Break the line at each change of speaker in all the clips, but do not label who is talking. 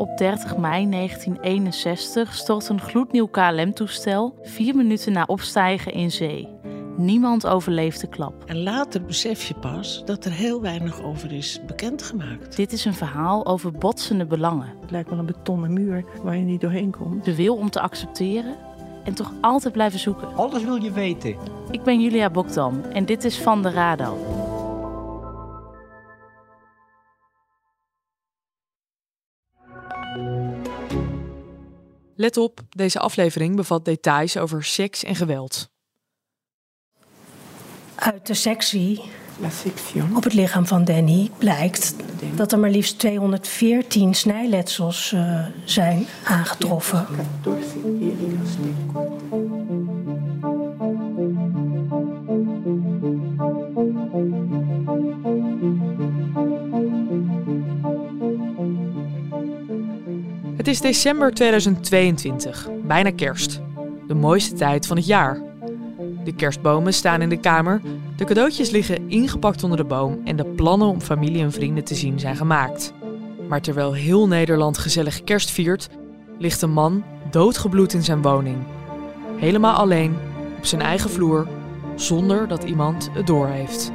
op 30 mei 1961 stort een gloednieuw KLM-toestel 4 minuten na opstijgen in zee. Niemand overleeft de klap.
En later besef je pas dat er heel weinig over is bekendgemaakt.
Dit is een verhaal over botsende belangen.
Het lijkt wel een betonnen muur waar je niet doorheen komt.
De wil om te accepteren en toch altijd blijven zoeken.
Alles wil je weten.
Ik ben Julia Bokdam en dit is Van de Radar.
Let op, deze aflevering bevat details over seks en geweld.
Uit de sectie op het lichaam van Danny blijkt dat er maar liefst 214 snijletsels zijn aangetroffen.
Het is december 2022, bijna kerst. De mooiste tijd van het jaar. De kerstbomen staan in de kamer, de cadeautjes liggen ingepakt onder de boom en de plannen om familie en vrienden te zien zijn gemaakt. Maar terwijl heel Nederland gezellig kerst viert, ligt een man doodgebloed in zijn woning. Helemaal alleen, op zijn eigen vloer, zonder dat iemand het doorheeft.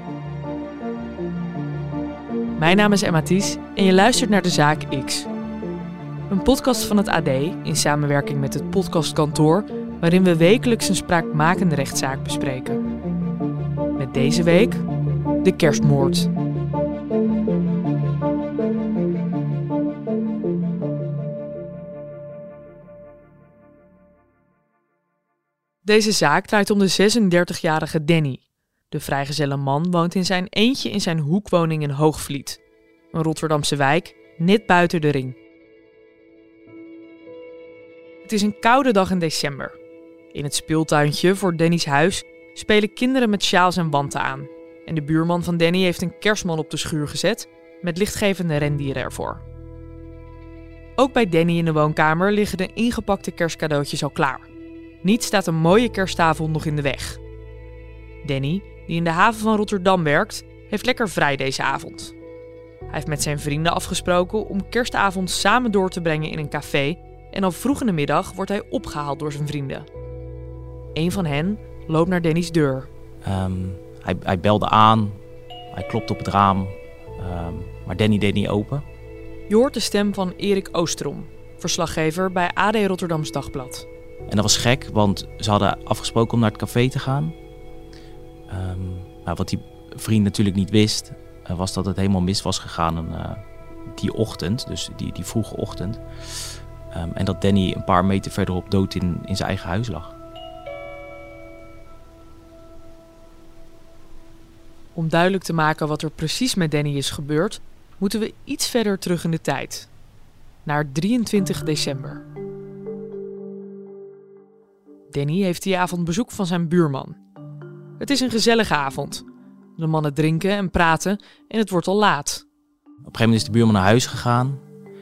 Mijn naam is Emma Ties en je luistert naar De Zaak X. Een podcast van het AD in samenwerking met het podcastkantoor, waarin we wekelijks een spraakmakende rechtszaak bespreken. Met deze week de kerstmoord. Deze zaak draait om de 36-jarige Danny. De vrijgezelle man woont in zijn eentje in zijn hoekwoning in Hoogvliet, een Rotterdamse wijk net buiten de ring. Het is een koude dag in december. In het speeltuintje voor Danny's huis spelen kinderen met sjaals en wanten aan. En de buurman van Danny heeft een kerstman op de schuur gezet met lichtgevende rendieren ervoor. Ook bij Danny in de woonkamer liggen de ingepakte kerstcadeautjes al klaar. Niets staat een mooie kerstavond nog in de weg. Danny, die in de haven van Rotterdam werkt, heeft lekker vrij deze avond. Hij heeft met zijn vrienden afgesproken om kerstavond samen door te brengen in een café en al vroeg in de middag wordt hij opgehaald door zijn vrienden. Een van hen loopt naar Danny's deur.
Hij belde aan, hij klopte op het raam, maar Danny deed niet open.
Je hoort de stem van Erik Oosterom, verslaggever bij AD Rotterdams Dagblad.
En dat was gek, want ze hadden afgesproken om naar het café te gaan. Maar wat die vriend natuurlijk niet wist, was dat het helemaal mis was gegaan die ochtend, dus die vroege ochtend. En dat Danny een paar meter verderop dood in zijn eigen huis lag.
Om duidelijk te maken wat er precies met Danny is gebeurd, moeten we iets verder terug in de tijd. Naar 23 december. Danny heeft die avond bezoek van zijn buurman. Het is een gezellige avond. De mannen drinken en praten en het wordt al laat.
Op een gegeven moment is de buurman naar huis gegaan.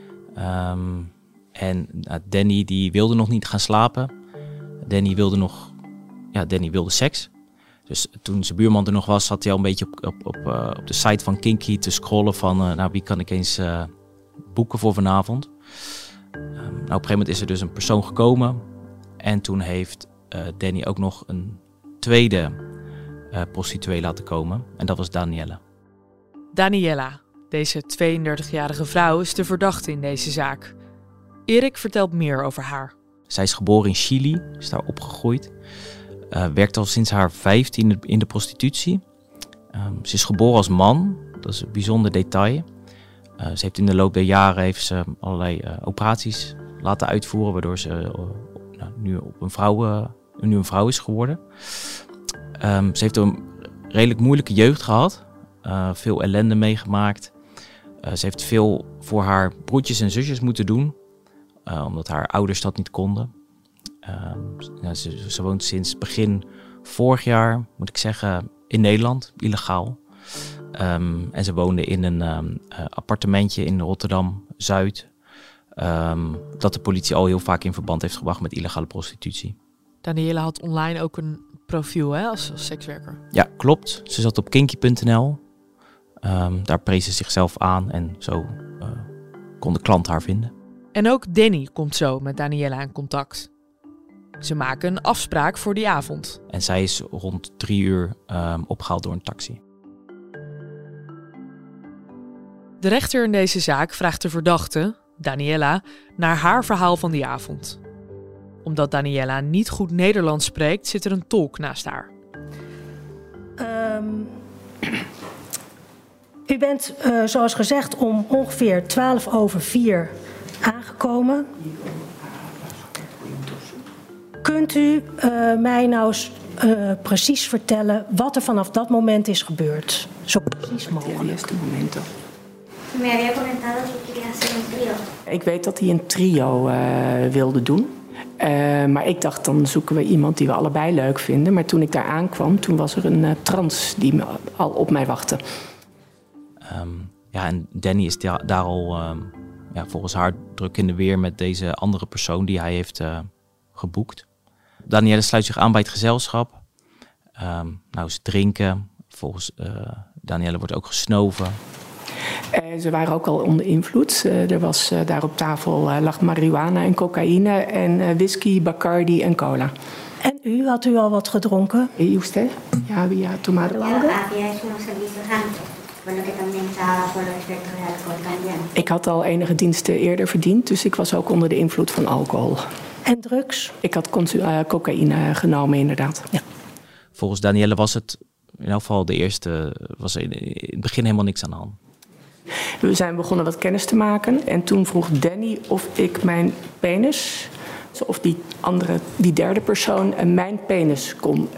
En Danny die wilde nog niet gaan slapen. Danny wilde seks. Dus toen zijn buurman er nog was, zat hij al een beetje op de site van Kinky te scrollen van wie kan ik eens boeken voor vanavond. Op een gegeven moment is er dus een persoon gekomen. En toen heeft Danny ook nog een tweede prostituee laten komen. En dat was Daniela.
Daniela, deze 32-jarige vrouw, is de verdachte in deze zaak. Erik vertelt meer over haar.
Zij is geboren in Chili, is daar opgegroeid. Werkt al sinds haar 15 in de prostitutie. Ze is geboren als man, dat is een bijzonder detail. Ze heeft in de loop der jaren allerlei operaties laten uitvoeren, waardoor ze nu een vrouw is geworden. Ze heeft een redelijk moeilijke jeugd gehad, veel ellende meegemaakt. Ze heeft veel voor haar broertjes en zusjes moeten doen, omdat haar ouders dat niet konden. Ze woont sinds begin vorig jaar, moet ik zeggen, in Nederland, illegaal. En ze woonde in een appartementje in Rotterdam-Zuid. Dat de politie al heel vaak in verband heeft gebracht met illegale prostitutie.
Daniela had online ook een profiel als sekswerker.
Ja, klopt. Ze zat op kinky.nl. Daar prees ze zichzelf aan en zo kon de klant haar vinden.
En ook Danny komt zo met Daniela in contact. Ze maken een afspraak voor die avond.
En zij is rond 3 uur opgehaald door een taxi.
De rechter in deze zaak vraagt de verdachte, Daniela, naar haar verhaal van die avond. Omdat Daniela niet goed Nederlands spreekt, zit er een tolk naast haar.
U bent, zoals gezegd, om ongeveer 4:12 aangekomen. Kunt u mij nou eens precies vertellen wat er vanaf dat moment is gebeurd? Zo precies mogelijk.
eerste momenten.
Me había comentado que quería hacer un trío.
Ik weet dat hij een trio wilde doen. Maar ik dacht, dan zoeken we iemand die we allebei leuk vinden. Maar toen ik daar aankwam, toen was er een trans die al op mij wachtte.
En Danny is daar al volgens haar druk in de weer met deze andere persoon die hij heeft geboekt. Danielle sluit zich aan bij het gezelschap. Ze drinken. Volgens Danielle wordt ook gesnoven.
Ze waren ook al onder invloed. Er was daar op tafel lag marihuana en cocaïne en whisky, Bacardi en cola.
En u, had u al wat gedronken?
¿Y usted? ¿Ya había tomado algo?
Había hecho unos servicios antes, por lo que también estaba por los efectos de alcohol también.
Ik had al enige diensten eerder verdiend, dus ik was ook onder de invloed van alcohol.
En drugs?
Ik had cocaïne genomen, inderdaad. Ja.
Volgens Danielle was het in elk geval de eerste, was in het begin helemaal niks aan de hand.
We zijn begonnen wat kennis te maken en toen vroeg Danny of ik mijn penis, of die derde persoon, aan mijn penis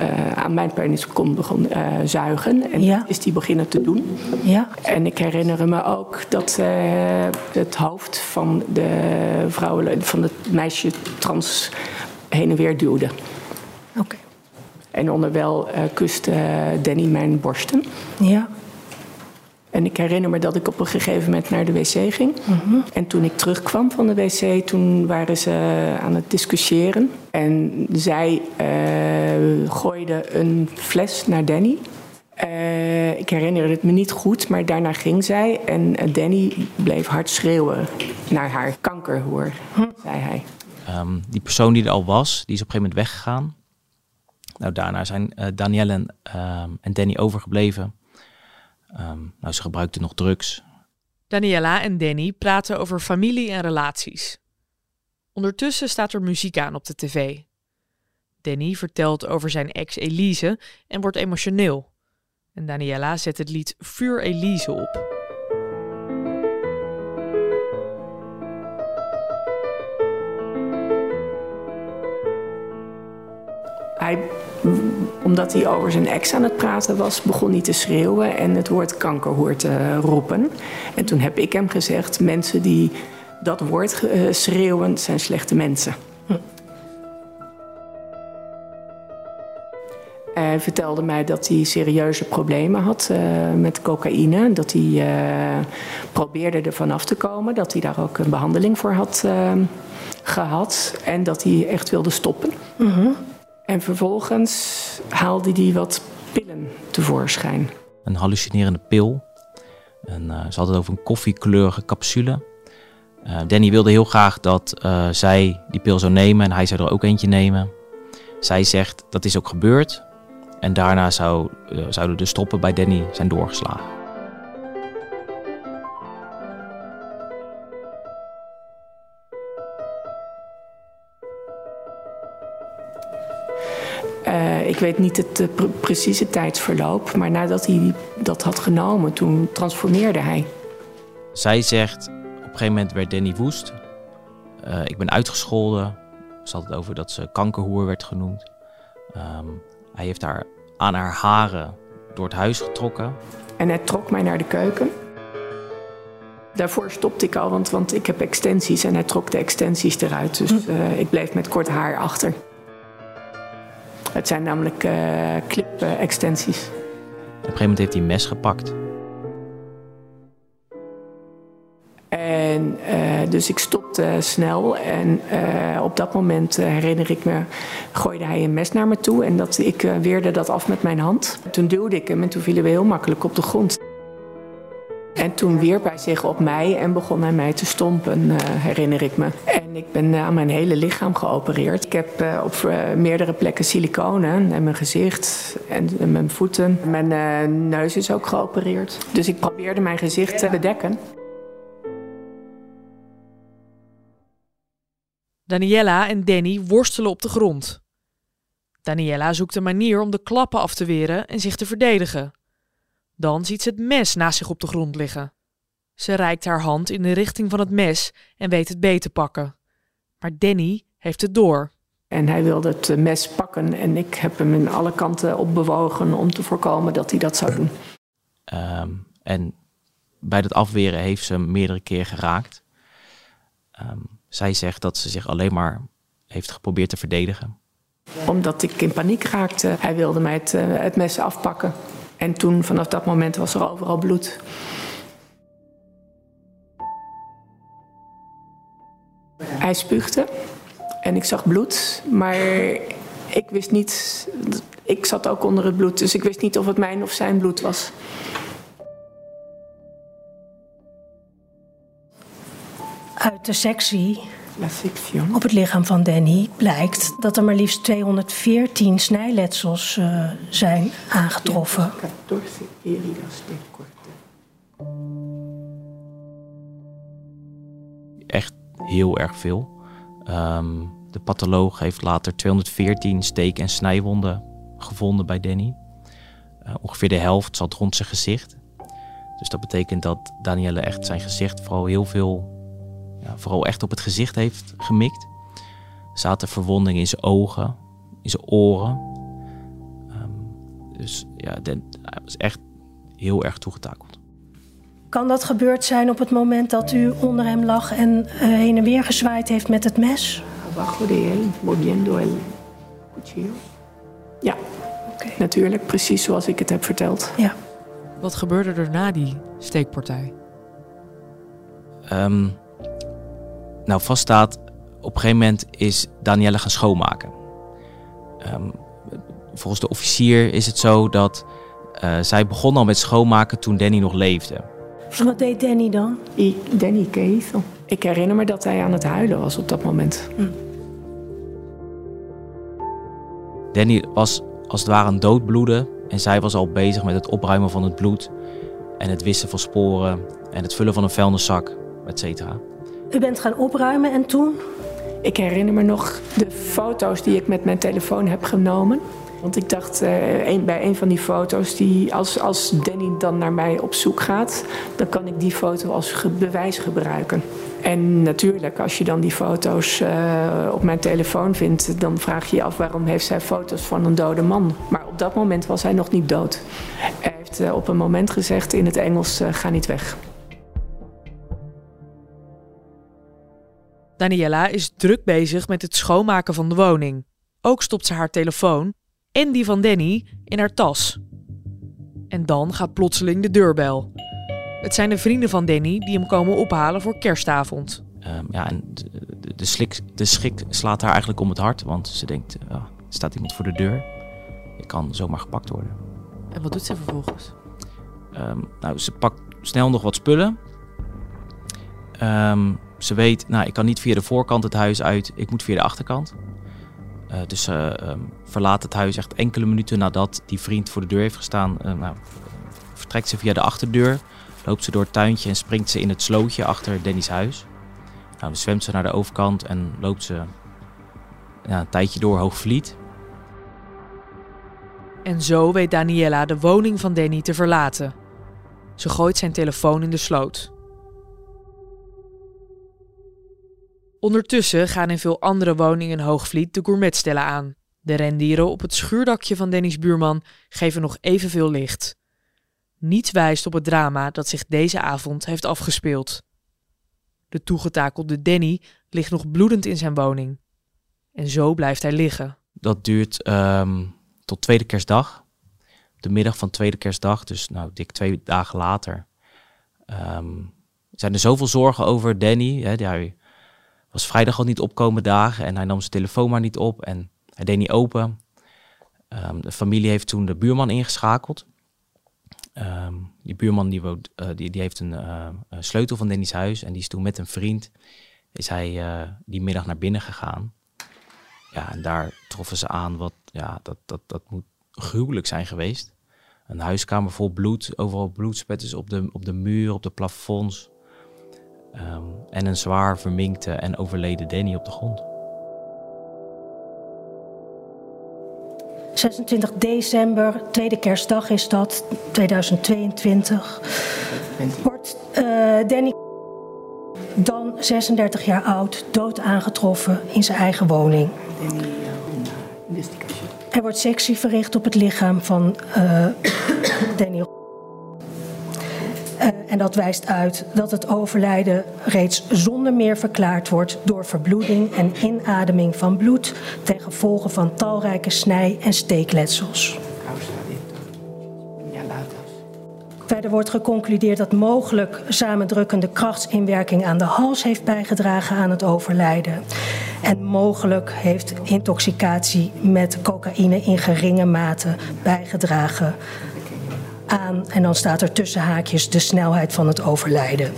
kon zuigen. En dat is die beginnen te doen.
Ja.
En ik herinner me ook dat het hoofd van van het meisje trans heen en weer duwde.
Oké.
En onderwijl kuste Danny mijn borsten.
Ja.
En ik herinner me dat ik op een gegeven moment naar de wc ging. Mm-hmm. En toen ik terugkwam van de wc, toen waren ze aan het discussiëren. En zij gooide een fles naar Danny. Ik herinner het me niet goed, maar daarna ging zij. En Danny bleef hard schreeuwen naar haar. Kankerhoer, zei hij.
Die persoon die er al was, die is op een gegeven moment weggegaan. Daarna zijn Danielle en Danny overgebleven. Ze gebruikten nog drugs.
Daniela en Danny praten over familie en relaties. Ondertussen staat er muziek aan op de tv. Danny vertelt over zijn ex Elise en wordt emotioneel. En Daniela zet het lied Vuur Elise op.
Omdat hij over zijn ex aan het praten was, begon hij te schreeuwen en het woord kankerhoer te roepen. En toen heb ik hem gezegd, mensen die dat woord schreeuwen, zijn slechte mensen. Hij vertelde mij dat hij serieuze problemen had met cocaïne. Dat hij probeerde er vanaf te komen. Dat hij daar ook een behandeling voor had gehad. En dat hij echt wilde stoppen. Mm-hmm. En vervolgens haalde hij wat pillen tevoorschijn.
Een hallucinerende pil. Ze had het over een koffiekleurige capsule. Danny wilde heel graag dat zij die pil zou nemen en hij zou er ook eentje nemen. Zij zegt dat is ook gebeurd. En daarna zouden de stoppen bij Danny zijn doorgeslagen.
Ik weet niet het precieze tijdsverloop, maar nadat hij dat had genomen, toen transformeerde hij.
Zij zegt, op een gegeven moment werd Danny woest. Ik ben uitgescholden. Ze had het over dat ze kankerhoer werd genoemd. Hij heeft haar aan haar haren door het huis getrokken.
En hij trok mij naar de keuken. Daarvoor stopte ik al, want ik heb extensies en hij trok de extensies eruit. Dus ik bleef met kort haar achter. Het zijn namelijk clip-extensies.
Op een gegeven moment heeft hij een mes gepakt.
En dus ik stopte snel en op dat moment herinner ik me, gooide hij een mes naar me toe en ik weerde dat af met mijn hand. Toen duwde ik hem en toen vielen we heel makkelijk op de grond. En En toen wierp hij zich op mij en begon hij mij te stompen, herinner ik me. En ik ben aan mijn hele lichaam geopereerd. Ik heb op meerdere plekken siliconen en mijn gezicht en mijn voeten. Mijn neus is ook geopereerd. Dus ik probeerde mijn gezicht te bedekken.
Daniela en Danny worstelen op de grond. Daniela zoekt een manier om de klappen af te weren en zich te verdedigen. Dan ziet ze het mes naast zich op de grond liggen. Ze reikt haar hand in de richting van het mes en weet het beet te pakken. Maar Danny heeft het door.
En hij wilde het mes pakken en ik heb hem in alle kanten opbewogen om te voorkomen dat hij dat zou doen.
En bij dat afweren heeft ze hem meerdere keer geraakt. Zij zegt dat ze zich alleen maar heeft geprobeerd te verdedigen.
Omdat ik in paniek raakte. Hij wilde mij het mes afpakken. En toen, vanaf dat moment, was er overal bloed. Hij spuugde en ik zag bloed, maar ik wist niet... Ik zat ook onder het bloed, dus ik wist niet of het mijn of zijn bloed was.
Uit de sectie op het lichaam van Danny blijkt dat er maar liefst 214 snijletsels zijn aangetroffen.
Echt heel erg veel. De patholoog heeft later 214 steek- en snijwonden gevonden bij Danny. Ongeveer de helft zat rond zijn gezicht. Dus dat betekent dat Danielle echt zijn gezicht vooral echt op het gezicht heeft gemikt. Er zaten verwondingen in zijn ogen, in zijn oren. Dus ja, hij was echt heel erg toegetakeld.
Kan dat gebeurd zijn op het moment dat u onder hem lag en heen en weer gezwaaid heeft met het mes?
Ja, natuurlijk, precies zoals ik het heb verteld.
Ja.
Wat gebeurde er na die steekpartij?
Nou, vaststaat, op een gegeven moment is Danielle gaan schoonmaken. Volgens de officier is het zo dat zij begon al met schoonmaken toen Danny nog leefde.
Wat deed Danny dan?
Danny kees. Ik herinner me dat hij aan het huilen was op dat moment.
Danny was als het ware aan het doodbloeden en zij was al bezig met het opruimen van het bloed en het wissen van sporen en het vullen van een vuilniszak, et cetera.
U bent gaan opruimen en toen?
Ik herinner me nog de foto's die ik met mijn telefoon heb genomen. Want ik dacht bij een van die foto's, als Danny dan naar mij op zoek gaat, dan kan ik die foto als bewijs gebruiken. En natuurlijk, als je dan die foto's op mijn telefoon vindt, dan vraag je je af waarom heeft zij foto's van een dode man. Maar op dat moment was hij nog niet dood. Hij heeft op een moment gezegd in het Engels, ga niet weg.
Daniela is druk bezig met het schoonmaken van de woning. Ook stopt ze haar telefoon en die van Danny in haar tas. En dan gaat plotseling de deurbel. Het zijn de vrienden van Danny die hem komen ophalen voor kerstavond.
En de schrik slaat haar eigenlijk om het hart, want ze denkt, er staat iemand voor de deur. Ik kan zomaar gepakt worden.
En wat doet ze vervolgens?
Ze pakt snel nog wat spullen. Ze weet, ik kan niet via de voorkant het huis uit, ik moet via de achterkant. Dus ze verlaat het huis echt enkele minuten nadat die vriend voor de deur heeft gestaan. Vertrekt ze via de achterdeur, loopt ze door het tuintje en springt ze in het slootje achter Danny's huis. Dan zwemt ze naar de overkant en loopt ze een tijdje door Hoogvliet.
En zo weet Daniela de woning van Danny te verlaten. Ze gooit zijn telefoon in de sloot. Ondertussen gaan in veel andere woningen in Hoogvliet de gourmetstellen aan. De rendieren op het schuurdakje van Danny's buurman geven nog evenveel licht. Niets wijst op het drama dat zich deze avond heeft afgespeeld. De toegetakelde Danny ligt nog bloedend in zijn woning. En zo blijft hij liggen.
Dat duurt tot tweede kerstdag. De middag van tweede kerstdag, dus dik 2 dagen later. Zijn er zoveel zorgen over Danny. Hij was vrijdag al niet opkomen dagen en hij nam zijn telefoon maar niet op en hij deed niet open. De familie heeft toen de buurman ingeschakeld. Die buurman die heeft een sleutel van Danny's huis. En die is toen met een vriend is hij die middag naar binnen gegaan. Ja, en daar troffen ze aan dat moet gruwelijk zijn geweest. Een huiskamer vol bloed, overal bloedspetters op de muur, op de plafonds. En een zwaar verminkte en overleden Danny op de grond.
26 december, tweede kerstdag is dat, 2022, wordt Danny, dan 36 jaar oud, dood aangetroffen in zijn eigen woning. Er wordt sectie verricht op het lichaam van Danny. En dat wijst uit dat het overlijden reeds zonder meer verklaard wordt door verbloeding en inademing van bloed ten gevolge van talrijke snij- en steekletsels. Verder wordt geconcludeerd dat mogelijk samendrukkende krachtsinwerking aan de hals heeft bijgedragen aan het overlijden. En mogelijk heeft intoxicatie met cocaïne in geringe mate bijgedragen aan, en dan staat er tussen haakjes, de snelheid van het overlijden.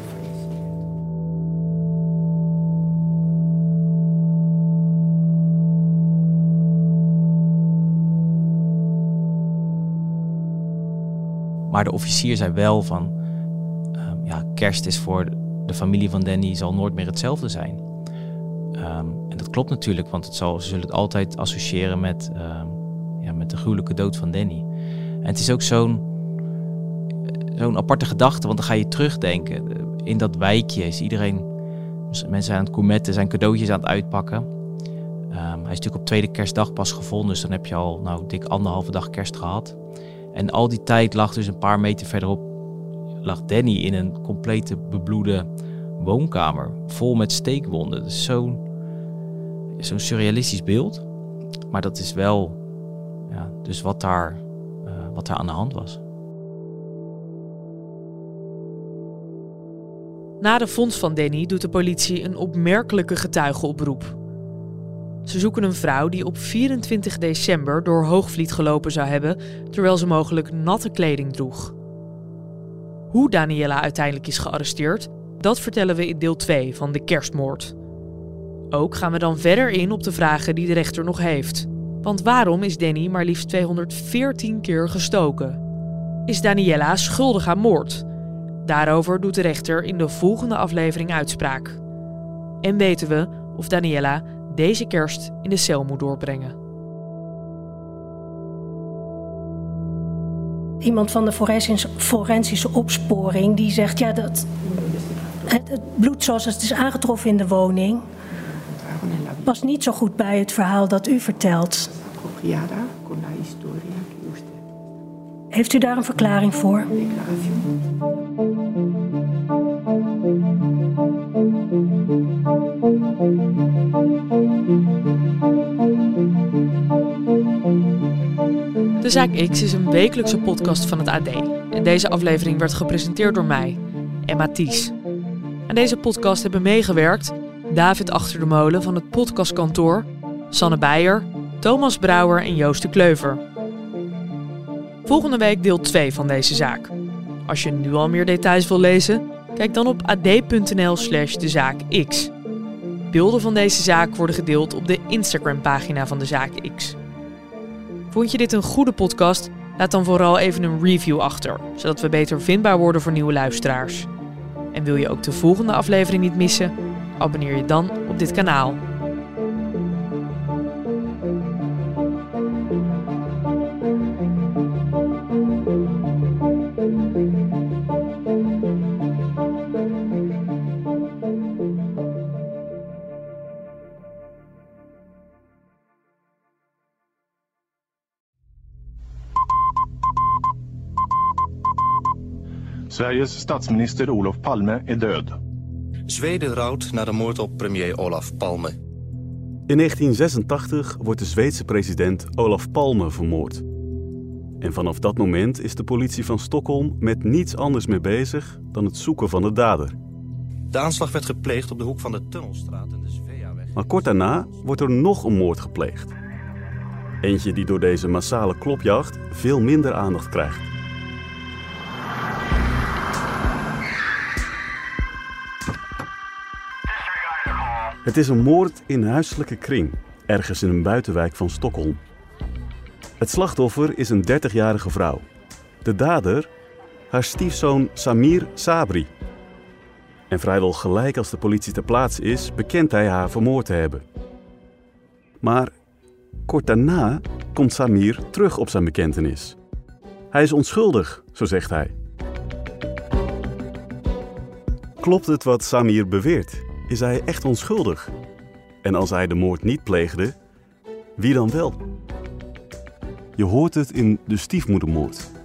Maar de officier zei wel van, kerst is voor de familie van Danny zal nooit meer hetzelfde zijn. En dat klopt natuurlijk, want ze zullen het altijd associëren met de gruwelijke dood van Danny. En het is ook zo'n aparte gedachte, want dan ga je terugdenken. In dat wijkje is mensen aan het gourmetten, zijn cadeautjes aan het uitpakken. Hij is natuurlijk op tweede kerstdag pas gevonden, dus dan heb je al dik 1,5 dag kerst gehad. En al die tijd lag dus een paar meter verderop Danny in een complete bebloede woonkamer, vol met steekwonden. Dus zo'n surrealistisch beeld. Maar dat is wel dus wat daar aan de hand was.
Na de vondst van Danny doet de politie een opmerkelijke getuigenoproep. Ze zoeken een vrouw die op 24 december door Hoogvliet gelopen zou hebben, terwijl ze mogelijk natte kleding droeg. Hoe Daniela uiteindelijk is gearresteerd, dat vertellen we in deel 2 van de kerstmoord. Ook gaan we dan verder in op de vragen die de rechter nog heeft. Want waarom is Danny maar liefst 214 keer gestoken? Is Daniela schuldig aan moord? Daarover doet de rechter in de volgende aflevering uitspraak. En weten we of Daniela deze kerst in de cel moet doorbrengen.
Iemand van de forensische opsporing die zegt dat het bloed zoals het is aangetroffen in de woning past niet zo goed bij het verhaal dat u vertelt. Heeft u daar een verklaring voor?
De Zaak X is een wekelijkse podcast van het AD. En deze aflevering werd gepresenteerd door mij, Emma Ties. Aan deze podcast hebben meegewerkt David Achter de Molen van het podcastkantoor, Sanne Beijer, Thomas Brouwer en Joost de Kleuver. Volgende week deel 2 van deze zaak. Als je nu al meer details wil lezen, kijk dan op ad.nl/dezaakx. Beelden van deze zaak worden gedeeld op de Instagram-pagina van de Zaak X. Vond je dit een goede podcast? Laat dan vooral even een review achter, zodat we beter vindbaar worden voor nieuwe luisteraars. En wil je ook de volgende aflevering niet missen? Abonneer je dan op dit kanaal.
Sveriges statsminister Olof Palme är död.
Zweden rouwt na de moord op premier Olof Palme.
In 1986 wordt de Zweedse president Olof Palme vermoord. En vanaf dat moment is de politie van Stockholm met niets anders meer bezig dan het zoeken van de dader.
De aanslag werd gepleegd op de hoek van de Tunnelstraat en de Sveaweg.
Maar kort daarna wordt er nog een moord gepleegd. Eentje die door deze massale klopjacht veel minder aandacht krijgt. Het is een moord in huiselijke kring, ergens in een buitenwijk van Stockholm. Het slachtoffer is een 30-jarige vrouw. De dader, haar stiefzoon Samir Sabri. En vrijwel gelijk als de politie ter plaatse is, bekent hij haar vermoord te hebben. Maar kort daarna komt Samir terug op zijn bekentenis. Hij is onschuldig, zo zegt hij. Klopt het wat Samir beweert? Is hij echt onschuldig? En als hij de moord niet pleegde, wie dan wel? Je hoort het in De Stiefmoedermoord.